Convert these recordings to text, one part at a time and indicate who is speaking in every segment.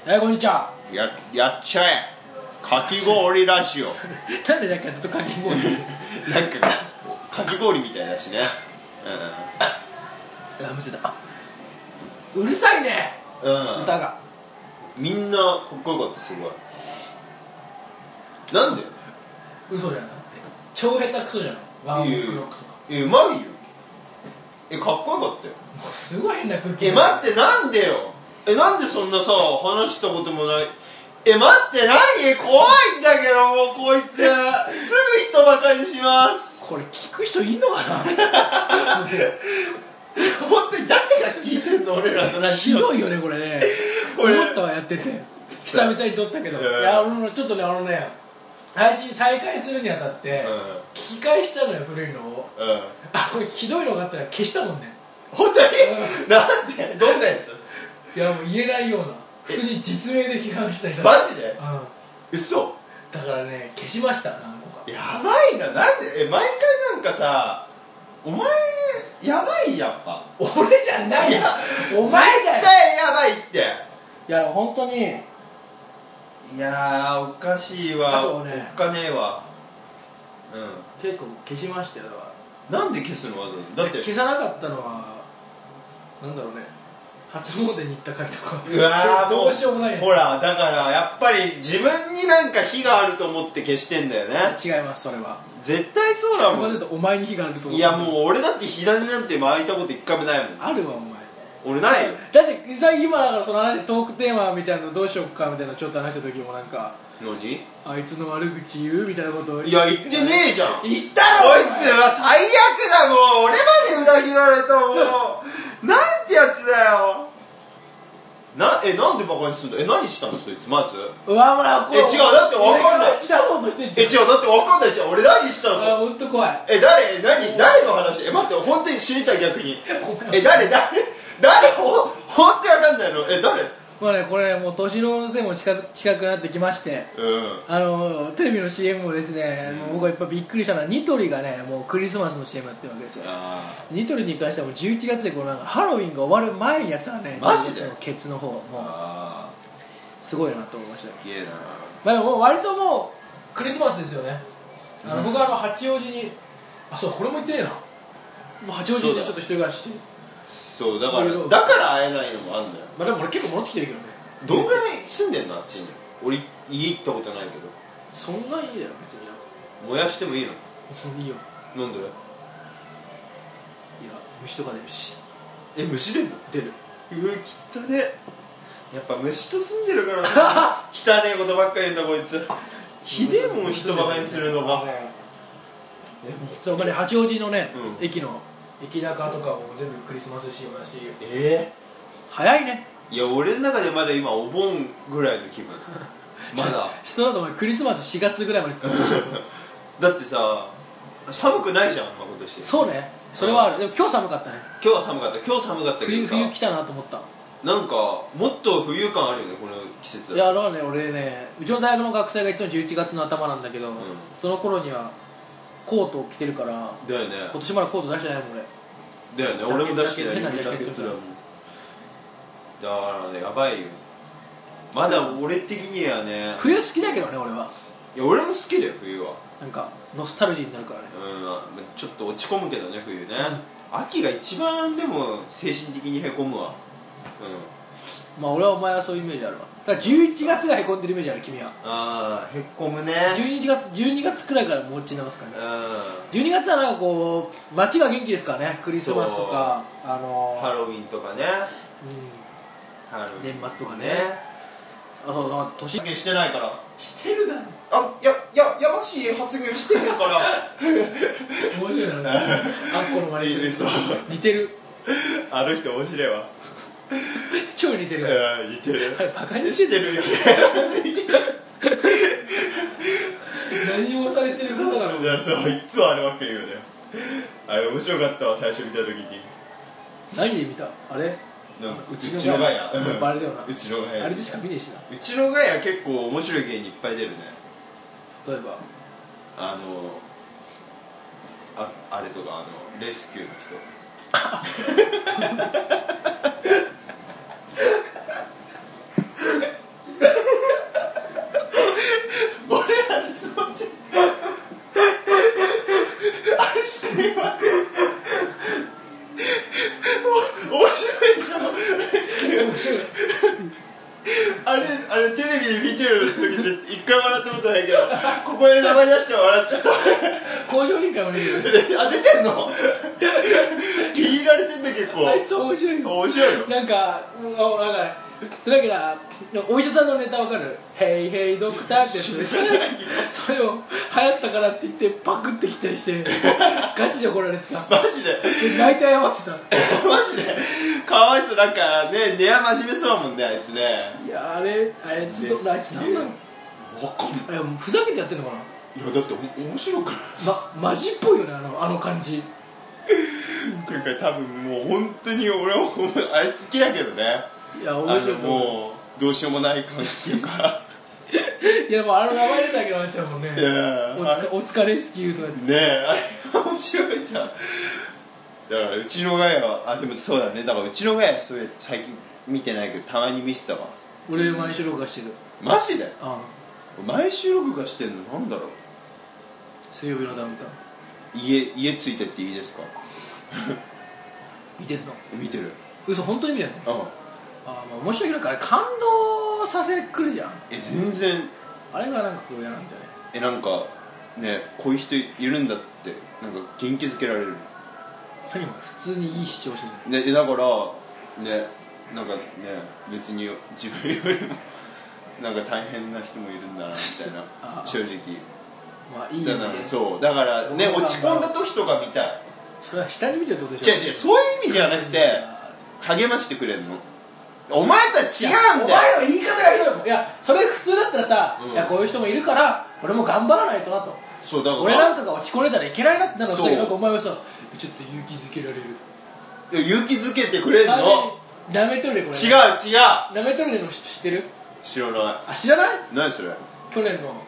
Speaker 1: こんにちは。
Speaker 2: やっちゃえかき氷ラジオ
Speaker 1: なんでだっけずっとかき氷
Speaker 2: なんかかき氷みたいだしね。
Speaker 1: むせた。うるさいね、歌が。
Speaker 2: みんなかっこよかった。すごい。なんで
Speaker 1: 嘘じゃなくて超下手くそじゃん。ワンオクロックとか
Speaker 2: うまいよ。かっこよかったよ。
Speaker 1: もうすごい変な空気。
Speaker 2: 待って、なんでよ。なんでそんなさ話したこともない。待って、何怖いんだけど、もうこいつすぐ人バカにします。
Speaker 1: これ聞く人いんのかな
Speaker 2: 本当に誰が聞いてんの俺らのラジオ。
Speaker 1: ひどいよねこれね。思ったわ、やってて久々に撮ったけど、いやちょっとね配信再開するにあたって、聞き返したのよ、古いのを。これひどいのがあったら消したもんね。
Speaker 2: 本当に、なんでどんなやつ。
Speaker 1: いやもう言えないような、普通に実名で批判した人。
Speaker 2: マジで。嘘
Speaker 1: だからね、消しました、何個か。
Speaker 2: やばいな。なんで毎回なんかさ、お前やばい。やっぱ
Speaker 1: 俺じゃないや、お前だよ。
Speaker 2: 絶対やばいって。
Speaker 1: いや本当に。
Speaker 2: いやおかしいわ。
Speaker 1: あとね、
Speaker 2: おっかねえわ。
Speaker 1: 結構消しましたよ。だか
Speaker 2: らなんで消すのわざわざ。だって
Speaker 1: 消さなかったのはなんだろうね、初詣に行った回とか。
Speaker 2: うわ
Speaker 1: どうしようもないやつ。
Speaker 2: ほらだからやっぱり自分になんか非があると思って消してんだよね。
Speaker 1: 違います、それは
Speaker 2: 絶対そうだもん。
Speaker 1: お前に非があると思う。
Speaker 2: いやもう俺だって左なんて巻いたこと一回もないもん。
Speaker 1: あるわお前。
Speaker 2: 俺ないよ。
Speaker 1: だって今だからその話、トークテーマみたいなのどうしようかみたいなちょっと話した時もなんか、
Speaker 2: 何
Speaker 1: あいつの悪口言うみたいなことを
Speaker 2: いや言ってねえじゃん。
Speaker 1: 言ったろ。
Speaker 2: こいつは最悪だ。もう俺まで裏切られた。もうなんてやつだよ。なんでバカにすんの。何したのそいつ。まず
Speaker 1: うわもらこれ
Speaker 2: 違う、だって分かんない。
Speaker 1: 引き出そうとしてんじゃん。
Speaker 2: 違う、だって分かんないじゃん。俺何したの。
Speaker 1: ほんと怖い。
Speaker 2: 誰の話。待って本当に知りたい。逆に誰本当に分かんないの。誰。
Speaker 1: まあね、これもう年の瀬も近くなってきまして、テレビの CM もですね、もう僕はやっぱびっくりしたのはニトリがね、もうクリスマスの CM やってるわけですよ。ニトリに関してはもう11月でこうなんかハロウィンが終わる前にやつはね、
Speaker 2: マジで
Speaker 1: ケツの方もうすごいなと思いましたよ。
Speaker 2: すげえな。
Speaker 1: まあでも割ともうクリスマスですよね。僕は八王子に、そうこれも言ってねえな、もう八王子にちょっと一人暮らししてる。
Speaker 2: そうだから会えないのもあんのよ。
Speaker 1: まあでも俺結構戻ってきてるけどね。
Speaker 2: どんぐらい住んでんのあっちに。俺家行ったことないけど。
Speaker 1: そんないいだよ別に。
Speaker 2: 燃やしてもいいの。
Speaker 1: いいよ。
Speaker 2: なんで。いや
Speaker 1: 虫とか出るし。
Speaker 2: 虫出るの。
Speaker 1: 出る。
Speaker 2: 汚ね。やっぱ虫と住んでるからな。汚ねえことばっかり言うんだこいつ。ひでえもん人バカにするのが。
Speaker 1: そうまで八王子のね、駅中とかも全部クリスマスシーンだし。早いね。
Speaker 2: いや俺の中でまだ今お盆ぐらいの気分。まだ
Speaker 1: 人だとクリスマス4月ぐらいまで続く。
Speaker 2: だってさ寒くないじゃん今年。
Speaker 1: そうね、それはある。でも今日寒かったね。
Speaker 2: 今日は寒かったけどさ、
Speaker 1: 冬来たなと思った。
Speaker 2: なんかもっと冬感あるよねこの季節。
Speaker 1: いやだからね、俺ね、うちの大学の学生がいつも11月の頭なんだけど、その頃にはコートを着てるから。
Speaker 2: だよね。
Speaker 1: 今年まだコート出してないもん俺。
Speaker 2: だよね、俺も出してない。
Speaker 1: 変なジャケットだもん。
Speaker 2: だからね、やばいよ。まだ俺的にはね。
Speaker 1: 冬好きだけどね俺は。
Speaker 2: いや俺も好きだよ冬は。
Speaker 1: なんかノスタルジーになるからね。
Speaker 2: ちょっと落ち込むけどね冬ね。秋が一番でも精神的にへこむわ。
Speaker 1: まあ俺はお前はそういうイメージあるわ。だから11月がへこんでるイメージある君は。
Speaker 2: へこむね。
Speaker 1: 12月くらいからもう落ち直す感じ。12月はなんかこう街が元気ですからね。クリスマスとか
Speaker 2: ハロウィンとかね。
Speaker 1: 年末とかね。年
Speaker 2: 発言してないから。
Speaker 1: してるだろ。
Speaker 2: やましい発言してるから
Speaker 1: 面白いな。あっこの真似する。似てる。
Speaker 2: あの人面白いわ。
Speaker 1: 超似てる。
Speaker 2: 似てる。
Speaker 1: あれバカにしてるよね。何をされてる方なの。
Speaker 2: いやそういつもあればっかり言うね。あれ面白かったわ最初見た時に。
Speaker 1: 何で見たあれ。
Speaker 2: うちのガヤ。
Speaker 1: あれだよな。
Speaker 2: うちのガヤ。
Speaker 1: あれでしか見ねえしな。
Speaker 2: うちのガヤ結構面白い芸人いっぱい出るね。
Speaker 1: 例えば
Speaker 2: あれとかレスキューの人。 あれテレビで見てる時一回笑ったことないけどここで名前出して笑っちゃった
Speaker 1: 向上委員会も出てる
Speaker 2: あ、出てんの気に入られてんだ結構
Speaker 1: あいつ面白いよ
Speaker 2: 面白いよ
Speaker 1: なんかだけどお医者さんのネタわかるヘイヘイドクターってやつでそれを流行ったからって言ってパクってきたりしてガチで怒られてた
Speaker 2: マジで
Speaker 1: 泣いて謝ってた
Speaker 2: マジでかわいそうなんかね根は真面目そうだもんねあいつね
Speaker 1: いやあれちょっとあいつ何なの
Speaker 2: わかんない
Speaker 1: ふざけてやってんのかない
Speaker 2: やだって面白くない
Speaker 1: マジっぽいよねあの感じ
Speaker 2: っていうか多分もう本当に俺はあいつ好きだけどね
Speaker 1: いや面白い
Speaker 2: もうどうしようもない感じっていうか
Speaker 1: いやもう名前出たけどなっちゃうもんね
Speaker 2: いや
Speaker 1: お疲れスキューとか
Speaker 2: ねえあれ面白いじゃんだからうちのガヤはでもそうだねだからうちのガヤそういう最近見てないけどたまに見せたわ
Speaker 1: 俺毎週録画してる
Speaker 2: マジで
Speaker 1: あ
Speaker 2: 毎週録画してんのなんだろう
Speaker 1: 水曜日のダウンタウン
Speaker 2: 家ついてっていいですか
Speaker 1: 見てんの
Speaker 2: 見てる
Speaker 1: 嘘本当に見てんの
Speaker 2: ま
Speaker 1: あ面白いから感動させてくるじゃん
Speaker 2: 全然
Speaker 1: あれがなんかこう嫌なんじゃない
Speaker 2: なんかねこういう人いるんだってなんか元気づけられる
Speaker 1: 何も普通にいい視聴者じゃん
Speaker 2: ねだからねなんかね別に自分よりもなんか大変な人もいるんだなみたいな正直
Speaker 1: まあいいよね
Speaker 2: そうだからね落ち込んだ時とか見たい
Speaker 1: それは下に見てるってことでしょ
Speaker 2: 違うそういう意味じゃなくて励ましてくれるのお前とは違うんだよ
Speaker 1: お前の言い方がひどいもんいやそれ普通だったらさ、いやこういう人もいるから俺も頑張らないとなと
Speaker 2: そうだから
Speaker 1: 俺なんかが落ち込んでたらいけないなってなんかお前はさちょっと勇気づけられる
Speaker 2: と勇気づけてくれるの
Speaker 1: なめとるねこれ
Speaker 2: 違う
Speaker 1: なめとるねの人知ってる
Speaker 2: 知らない
Speaker 1: 知らない
Speaker 2: 何それ
Speaker 1: 去年の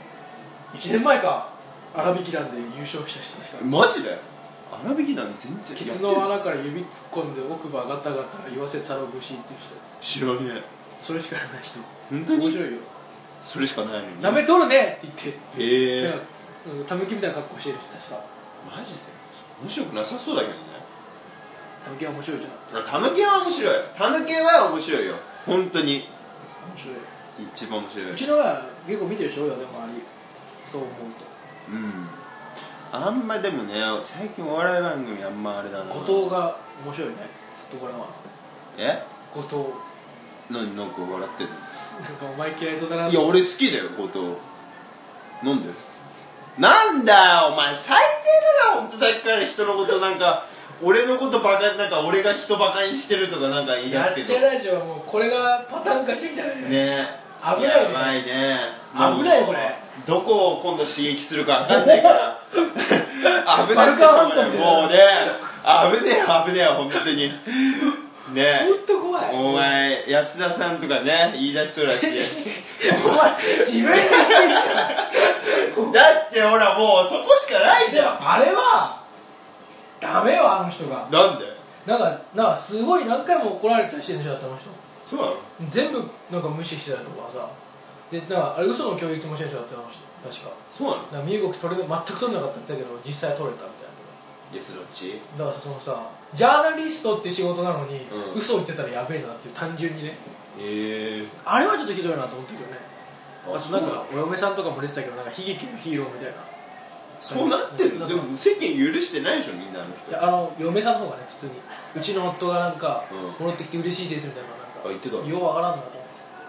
Speaker 1: 1年前か荒引き団で優勝した人ですから
Speaker 2: マジで荒引き団全然
Speaker 1: ケツの穴から指突っ込んで奥歯ガタガタ言わせたら節っていう人
Speaker 2: 知らねえ
Speaker 1: それしかない人
Speaker 2: 本当に
Speaker 1: 面白いよ
Speaker 2: それしかないのに
Speaker 1: なめとるねって言って
Speaker 2: へえ
Speaker 1: たむきみたいな格好してる人確か
Speaker 2: マジで面白くなさそうだけどね
Speaker 1: たむきは面白いじゃん
Speaker 2: たむきは面白いたむきは面白いよ本当に
Speaker 1: 面白い
Speaker 2: 一番面白いう
Speaker 1: ちのが結構見てるでしょよでもありそう思うと
Speaker 2: あんまでもね最近お笑い番組あんまあれだな
Speaker 1: 後藤が面白いねフットボールは後藤
Speaker 2: なんか笑ってる
Speaker 1: なんかお前嫌いそうだない
Speaker 2: や俺好きだよ後藤なんだよお前最低だなほんとさっきから人のことなんか俺のことバカなんか俺が人バカにしてるとかなんか言い出すけど
Speaker 1: やっちゃラジオはもうこれがパターン化してきちゃう
Speaker 2: ね
Speaker 1: 危ないね
Speaker 2: やばいね
Speaker 1: 危ないよこれ
Speaker 2: どこを今度刺激するか分かんないから危ないでしょもうね危ねえよ本当にね
Speaker 1: 本当怖い
Speaker 2: お前安田さんとかね言い出しそうだし
Speaker 1: お前自分で言ってんじゃん
Speaker 2: だってほらもうそこしかないじゃん
Speaker 1: あれはダメよあの人が
Speaker 2: なんで
Speaker 1: なんかすごい何回も怒られたりしてるんでしょだってあの人
Speaker 2: そうなの
Speaker 1: 全部なんか無視してたりとかさでなんかあれ嘘の供述もしてるんでしょだってあの人確か
Speaker 2: そうなの
Speaker 1: なんか身動き全く取れなかったって言ったけど実際取れたみたいない
Speaker 2: やそれどっち
Speaker 1: だからそのさジャーナリストって仕事なのに、嘘を言ってたらやべえなっていう単純にねあれはちょっとひどいなと思ったけどねあとなんかお嫁さんとかも出てたけどなんか悲劇のヒーローみたいな
Speaker 2: そうなってんのでも世間許してないでしょみんなあの人
Speaker 1: いや嫁さんの方がね普通にうちの夫がなんか、戻ってきて嬉しいですみたいななんか
Speaker 2: 言ってた
Speaker 1: ようわからんなと思って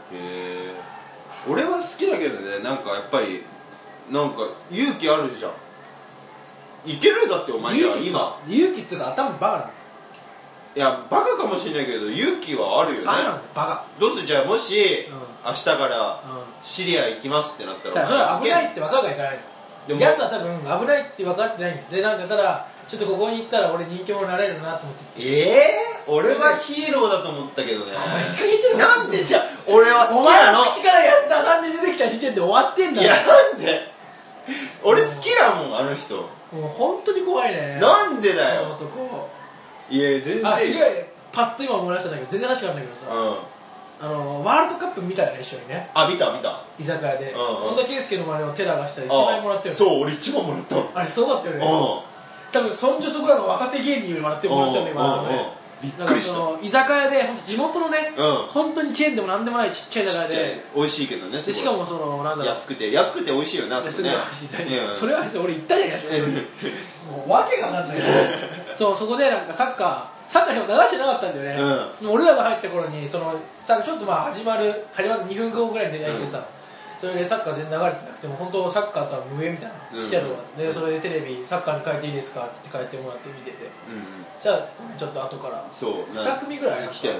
Speaker 2: 俺は好きだけどねなんかやっぱりなんか勇気あるじゃんいけるだってお前じゃ今
Speaker 1: 勇気っつうか頭バカなの
Speaker 2: いやバカかもしれないけど勇気はあるよね
Speaker 1: バカなんだよバカ
Speaker 2: どうするじゃあもし、明日からシリア行きますってなったら、
Speaker 1: だからそれは危ないって分かるからいかないのやつは多分危ないって分かってないんでなんかただちょっとここに行ったら俺人気者になれるなと思って
Speaker 2: 俺はヒーローだと思ったけどね
Speaker 1: なん
Speaker 2: でじゃあ俺は好きなの
Speaker 1: お前の口から安田さんに出てきた時点で終わってんだ
Speaker 2: いやなんで俺好きだもんあの人
Speaker 1: もう本当に怖いね
Speaker 2: なんでだよ
Speaker 1: 男
Speaker 2: いや全然
Speaker 1: すげえパッと今思い出したんだけど全然話変わるんだけどさ、ワールドカップ見たよね一緒にね
Speaker 2: 見た
Speaker 1: 居酒屋で本田圭佑の真似をテラがしたら1万円もらってる
Speaker 2: そう俺1万もらった
Speaker 1: あれすごかったよね多分そんじょそこらの若手芸人よりもらってるよね
Speaker 2: びっくりした。
Speaker 1: なんかその居酒屋で本当地元のね、本当にチェーンでもなんでもないちっちゃい居酒屋で
Speaker 2: 美味しいけどね。
Speaker 1: でしかもそのなんだろう、
Speaker 2: 安くて美味しいよね。
Speaker 1: 安くて美味しい。それは俺行ったじゃないですか。もうわけが分かんない。そうそこでなんかサッカー流してなかったんだよね。俺らが入った頃にそのちょっとまあ始まる2分後ぐらいでやってさ。それでサッカー全然流れてなくても本当サッカーとは無縁みたいなちっちゃいのがあって、それでテレビサッカーに変えていいですかっつって変えてもらって見てて、そしたらちょっと後から2組ぐらい
Speaker 2: 来て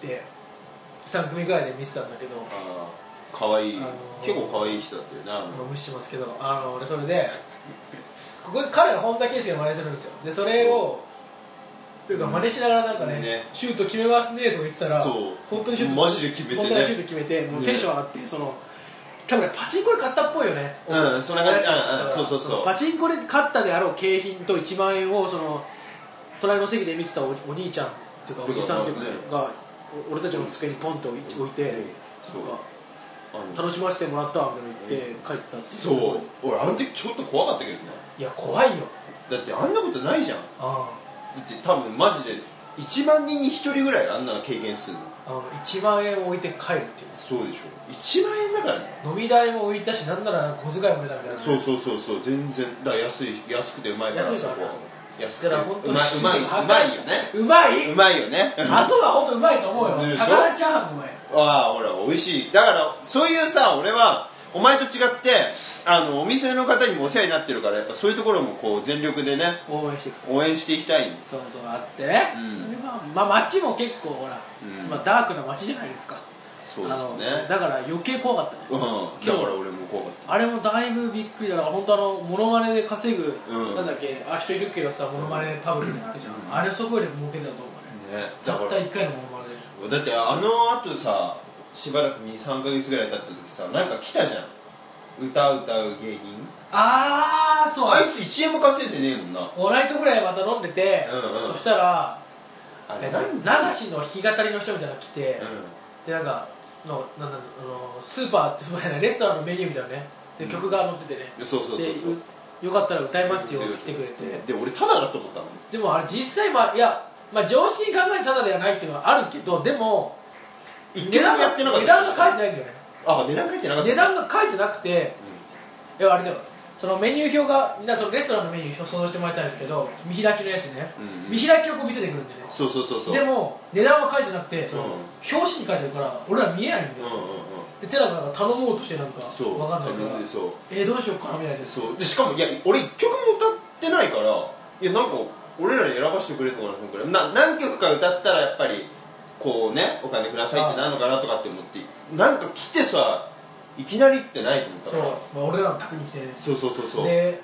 Speaker 1: 3組ぐらいで見てたんだけど、
Speaker 2: かわいい、結構かわいい人だったよね。
Speaker 1: 無視しますけど、それでここで彼が本田圭佑の真似するんですよ。でそれを真似しながらなんかねシュート決めますねとか言ってたら、本当にシュート
Speaker 2: マジで決めてね、
Speaker 1: 本当にシュート決めてもうテンション上がって、その多分ねパチンコで買ったっぽいよね。
Speaker 2: そんな感じ。そう
Speaker 1: パチンコで買ったであろう景品と1万円をその隣の席で見てたお兄ちゃんっていうかおじさんっていうかが俺たちの机にポンと置いて、なんか楽しませてもらったみたいな言って帰ったって。
Speaker 2: そう俺あの時ちょっと怖かったけどね。
Speaker 1: いや怖いよ、
Speaker 2: だってあんなことないじゃん。だって多分マジで1万人に1人ぐらいあんな経験するの。
Speaker 1: 1万円置いて帰るっていう。
Speaker 2: そうでしょ、1万円だからね。
Speaker 1: 飲み代も浮いたし、なんなら小遣いも出たみたいな。
Speaker 2: そう全然だから安くてうまいから。
Speaker 1: 安いですよね。
Speaker 2: 安くてうまいよね。
Speaker 1: うまい
Speaker 2: よね。
Speaker 1: あそこは本当うまいと思うよ。高菜チャーハンもうまい。
Speaker 2: ほら美味しい。だからそういうさ、俺はお前と違ってお店の方にもお世話になってるから、やっぱそういうところもこう全力でね応援していきたい。
Speaker 1: そうあってね、まあ街も結構ほら、まあダークな街じゃないですか。
Speaker 2: そうですね。
Speaker 1: だから余計怖かったね。
Speaker 2: だから俺も怖かった。
Speaker 1: あれもだいぶびっくりだから、本当モノマネで稼ぐ、なんだっけ、人いるけどさ、モノマネでタブレットあるじゃん。あれそこで儲けたと思うね。たった1回のモノマネで。
Speaker 2: だってあとさ、しばらく 2,3 ヶ月ぐらい経った時さ、なんか来たじゃん、歌う芸人。
Speaker 1: そう、
Speaker 2: あいつ1円も稼いでねえもんな。
Speaker 1: オーナイトぐらいまた飲んでて、そしたら流しの弾き語りの人みたいなのが来て、でなんかスーパーってレストランのメニューみたいなね、で曲が載っててね、でよかったら歌いますよって来てくれて、
Speaker 2: で俺タダだと思ったの。
Speaker 1: でもあれ実際常識に考えてタダではないっていうのはあるけど、でも値段が書いてないんだよね。
Speaker 2: 値段書いてなかった。
Speaker 1: 値段が書いてなくて、あれでもそのメニュー表がみんなそのレストランのメニュー表想像してもらいたいんですけど、見開きのやつね、見開きをこう見せてくるんでね。
Speaker 2: そう
Speaker 1: でも値段は書いてなくて、その表紙に書いてるから俺ら見えないんだよ。で寺田が頼もうとしてなんか分かんないから、どうしようかなみたいな。
Speaker 2: でしかも俺1曲も歌ってないから、なんか俺らに選ばせてくれるのかなと思うから、何曲か歌ったらやっぱりこうね、お金くださいってなるのかなとかって思って、なんか来てさ、いきなりってないと思ったから。
Speaker 1: そう、俺らの宅に来てね。
Speaker 2: そう
Speaker 1: で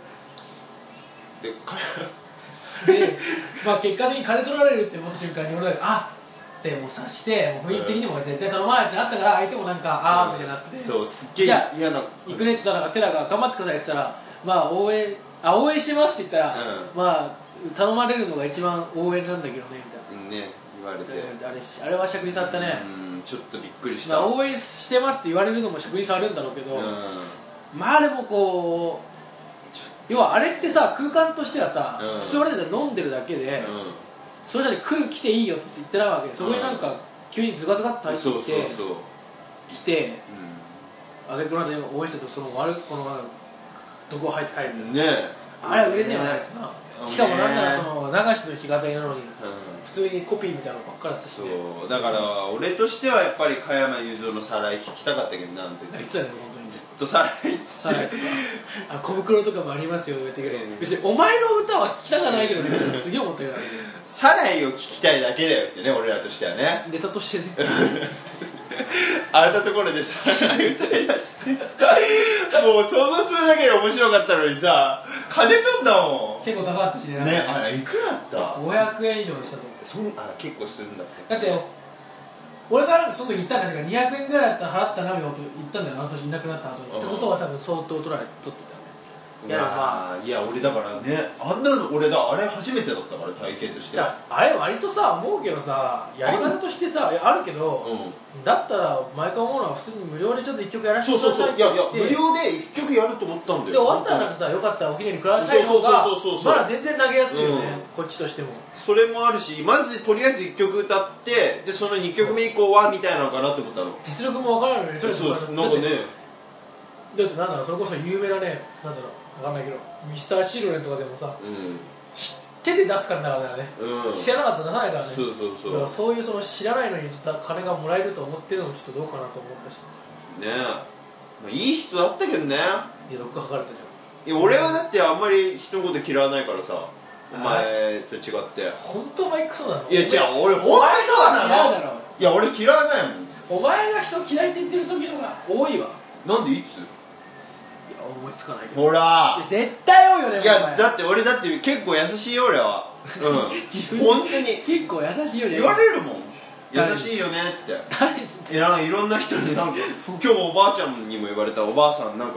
Speaker 1: 結果的に金取られるって思った瞬間に俺らがってもう察して、もう雰囲気的にも絶対頼まないってなったから、相手もなんかみたいになってて、
Speaker 2: そうすっげえ嫌な。
Speaker 1: 行くねって言ったら寺が頑張ってくださいって言ったら、応援してますって言ったら、頼まれるのが一番応援なんだけどねみたいな
Speaker 2: 言われて、
Speaker 1: あれは尺に触ったね。
Speaker 2: ちょっとびっくりした。
Speaker 1: 応援してますって言われるのも尺に触るんだろうけど、あれもこう要はあれってさ、空間としてはさ、普通俺たちは飲んでるだけで、それじゃ来ていいよって言ってないわけで、そこになんか急にズガズガっと入ってきて来て、あげくの後に応援してると、そのこのどこ入って帰るんだよね。あれは売れねえよね、あいつな。しかもなんならその流しの弾き語りなのに普通にコピーみたいなのばっかりだったしね。
Speaker 2: そうだから俺としてはやっぱり加山雄三のサライ弾きたかったけど、なんて
Speaker 1: いつだね本当に
Speaker 2: ずっとサライっつって、
Speaker 1: とか小袋とかもありますよって言ってくれる。別にお前の歌は聴きたくないけどね、すげえ思ったけど、
Speaker 2: サライを聴きたいだけだよってね、俺らとしてはね、
Speaker 1: ネタとしてね
Speaker 2: あんなところでサライ歌いだしてもう想像するだけで面白かったのにさ、金取んだもん。
Speaker 1: 結構高かったしね。
Speaker 2: あれいくらだった？
Speaker 1: 500円以上したと思う。
Speaker 2: 結構するんだって。
Speaker 1: だって俺がなんかその時言ったんですが、200円ぐらいだったら払ったなみたいなこと言ったんだよ、あの年いなくなった後に。ってことは多分相当取ってたよね。 いやま
Speaker 2: あいや俺だからねあんなの俺あれ初めてだったから体験として。
Speaker 1: あれ割とさ思うけどさやり方としてさあるけど、だったら毎回思うのは普通に無料でちょっと1曲やらせてくださいって言って、
Speaker 2: そういや無料で1曲やると思ったんだよ。
Speaker 1: で終わったらなんかさよかったらお気に入りくださいの方がまだ全然投げやすいよね、こっちとしても。
Speaker 2: それもあるしまずとりあえず1曲歌ってでその2曲目以降はみたいなのかなって思ったの。
Speaker 1: 実力も分からないのにとりあえず
Speaker 2: なんかね
Speaker 1: だってなんだろうそれこそ有名なねなんだろう分かんないけどミスターチルドレンとかでもさ、知ってて出すからだからね、知らなかったら出さないからね。だからそういうその知らないのに金がもらえると思ってるのもちょっとどうかなと思ったし
Speaker 2: ねえ、まあ、いい人だったけどね。いや
Speaker 1: ロック吐かれたじゃん。
Speaker 2: いや俺はだってあんまり人のこと嫌わないからさお前と違って
Speaker 1: 本当お前クソなの。
Speaker 2: いや違う俺本当そうなの。いや俺嫌わないもん。
Speaker 1: お前が人嫌いって言ってる時のが多いわ。
Speaker 2: なんでいつ？
Speaker 1: いや思いつかないけど
Speaker 2: ほら
Speaker 1: 絶対多いよね。
Speaker 2: いやだって俺だって結構優しいよ俺は。
Speaker 1: 自分
Speaker 2: 本当に
Speaker 1: 結構優しいよね
Speaker 2: 言われるもん。優しいよねってなんかいろんな人になんか今日おばあちゃんにも言われた。おばあさんなんか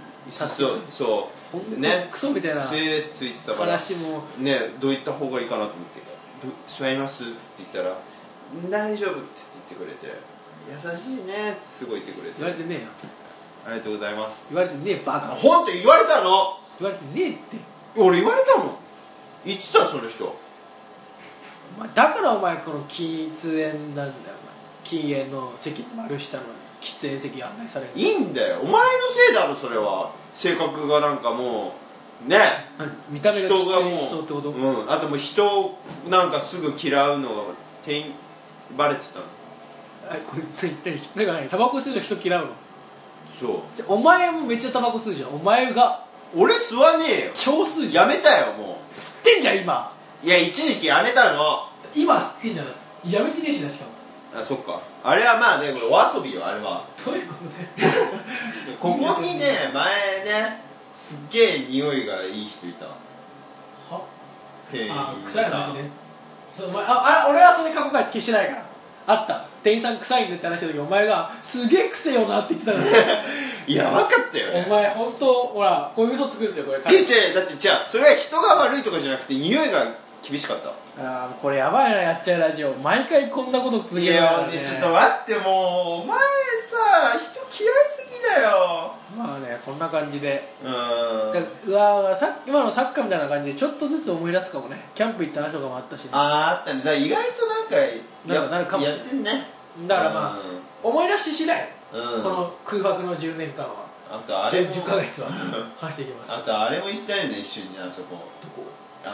Speaker 2: そうね
Speaker 1: クソみたいな
Speaker 2: 杖ついてたから
Speaker 1: 話も
Speaker 2: ねどういった方がいいかなと思って座りますっつって言ったら大丈夫っつって言ってくれて優しいねってすごい言ってくれて
Speaker 1: 言われてねえよ。
Speaker 2: ありがとうございます
Speaker 1: 言われてねえバカ。
Speaker 2: 本当言われたの。
Speaker 1: 言われてねえって。
Speaker 2: 俺言われたもん。言ってたその人。
Speaker 1: だからお前この喫煙なんだよ。禁煙の席に丸下の喫煙席案内される。
Speaker 2: いいんだよお前のせいだろそれは。性格がなんかもうね
Speaker 1: 見た目が喫煙しそうってこと？
Speaker 2: あともう人なんかすぐ嫌うのが店員バレてたの。
Speaker 1: これだからねタバコ吸うと人嫌うの。
Speaker 2: そう
Speaker 1: お前もめっちゃタバコ吸うじゃん。お前が
Speaker 2: 俺吸わねえよ。
Speaker 1: 超吸うじゃん。
Speaker 2: やめたよも
Speaker 1: う吸ってんじゃん今。
Speaker 2: いや一時期やめたの。
Speaker 1: 今吸ってんじゃん。やめてねえしなしかも。
Speaker 2: あそっかあれはまあねお遊びよあれは。
Speaker 1: どういうことで
Speaker 2: ここにね前ねすっげえ匂いがいい人いた。
Speaker 1: は
Speaker 2: 店員
Speaker 1: 臭い話ね。そう俺はそれ過去から消してないからあった。店員さん臭いねって話した時お前がすげえ臭いよなって言ってたから
Speaker 2: いや分かったよね。
Speaker 1: お前本当ほらこういう嘘つくんですよこれ。
Speaker 2: 違うだってそれは人が悪いとかじゃなくて匂いが厳しかった。
Speaker 1: これやばいなやっちゃうラジオ毎回こんなこと続けるからね。
Speaker 2: いやちょっと待ってもうお前さ人嫌いすぎだよ。
Speaker 1: まあねこんな感じでうわ今のサッカーみたいな感じでちょっとずつ思い出すかもね。キャンプ行った話とかもあったしね。
Speaker 2: あったね。だから意外となんか
Speaker 1: なるかもしれない。
Speaker 2: やってんね。
Speaker 1: だからまあ思い出し次第この空白の10年間は
Speaker 2: あとあれも
Speaker 1: 10ヶ月は話していきます。
Speaker 2: あとあれも行ったよね一緒にあそこ
Speaker 1: どこ？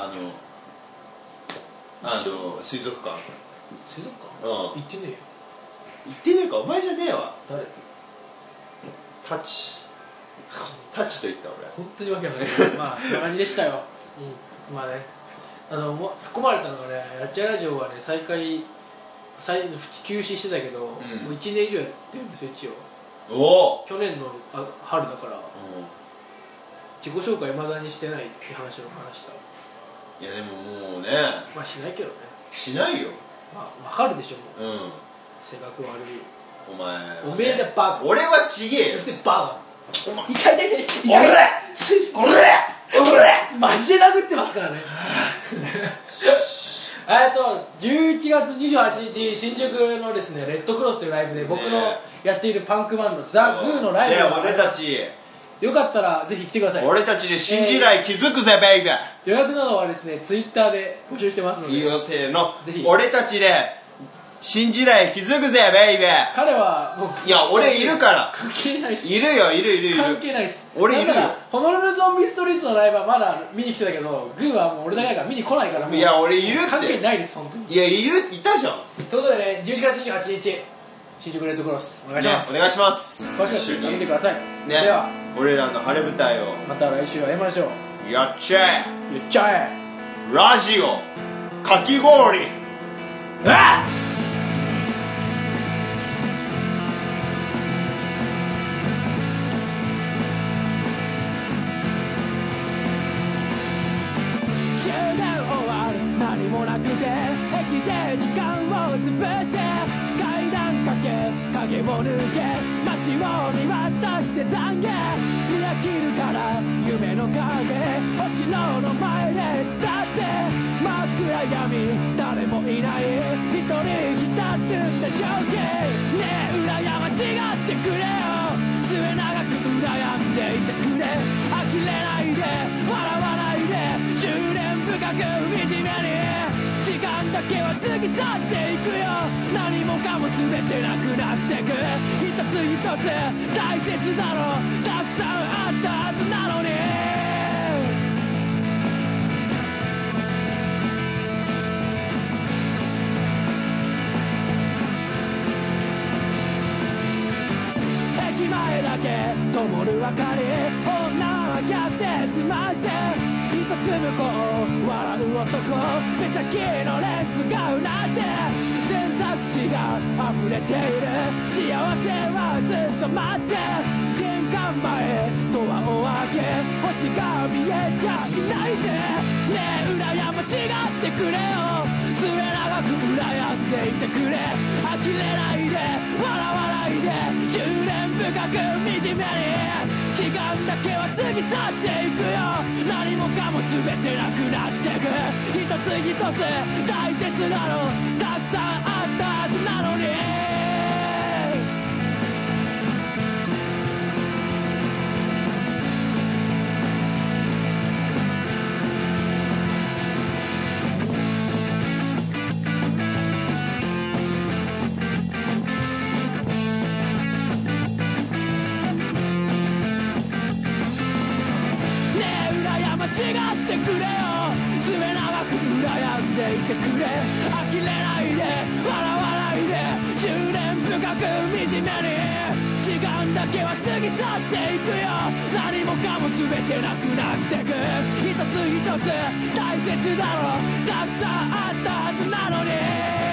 Speaker 2: 水族館。
Speaker 1: 水族館？
Speaker 2: 行
Speaker 1: ってねえよ。
Speaker 2: 行ってねえかお前じゃねえわ。
Speaker 1: 誰？
Speaker 2: タチと言った俺。
Speaker 1: 本当にわけわかんないまあそんな感じでしたよ。まあね突っ込まれたのがねやっちゃうラジオはね再開休止してたけど、もう1年以上やってるんですよ一応。去年の春だから、自己紹介いまだにしてないって話を話した。
Speaker 2: いやでももうね
Speaker 1: まあしないけどね。
Speaker 2: しないよ。
Speaker 1: まあ分かるでしょもう、性格悪い
Speaker 2: お前
Speaker 1: おめえでバカ。
Speaker 2: 俺はちげえよ。
Speaker 1: そしてバカお前痛いマジで殴ってますからね11月28日新宿のですねレッドクロスというライブで僕のやっているパンクバンドザ・グーのライブが
Speaker 2: 俺たち
Speaker 1: よかったらぜひ来てください。
Speaker 2: 俺たちで新時代気づくぜベイベー。
Speaker 1: 予約などはですねツイッターで募集してますので。
Speaker 2: いいよせーのぜひ俺たちで新時代気づくぜベイベー。
Speaker 1: 彼はもう
Speaker 2: いや俺いるから
Speaker 1: 関係ないっす。
Speaker 2: いるよ
Speaker 1: 関係ないっす。
Speaker 2: 俺いるよ。
Speaker 1: ホノルルゾンビストリートのライブはまだ見に来てたけどグーはもう俺だけだから見に来ないからもう。
Speaker 2: いや俺いるって
Speaker 1: 関係ないです本当に。
Speaker 2: いやいたじゃん。
Speaker 1: ということでね11月28日新宿レッドクロスお願いします。
Speaker 2: お願いします。
Speaker 1: 詳しくはツイッター見てください。では
Speaker 2: 俺らの晴れ舞台を
Speaker 1: また来週会いましょう。
Speaker 2: やっちゃえ
Speaker 1: やっちゃえ
Speaker 2: ラジオかき氷。
Speaker 1: あっ何もなくて駅で時間を潰して階段かけ影を抜け街を見渡して懺悔見飽きるから夢の影星の前で伝って真っ暗闇誰もいない一人浸ってんだ情景ねえ羨ましがってくれよ末永く羨んでいてくれ呆れないで笑わないで執念深く惨めに時間だけは過ぎ去っていくよ何もかも全てなくなってく一つ一つ大切だろたくさんあったはずなのに駅前だけ灯る明かり女はキャって済まして一つ向こう笑う男目先のレンズ買うなんて選択肢が溢れている幸せはずっと待って玄関前ドアを開け星が見えちゃいないぜねえ羨ましがってくれよ末永く羨んでいてくれ呆れないで笑わないで執念深く惨めに時間だけは過ぎ去っていくよ何もかも全てなくなってく一つ一つ大切だろたくさんあったはずなのにしがってくれよ末永く羨んでいてくれ呆れないで笑わないで執念深く惨めに時間だけは過ぎ去っていくよ何もかも全てなくなってく一つ一つ大切だろたくさんあったはずなのに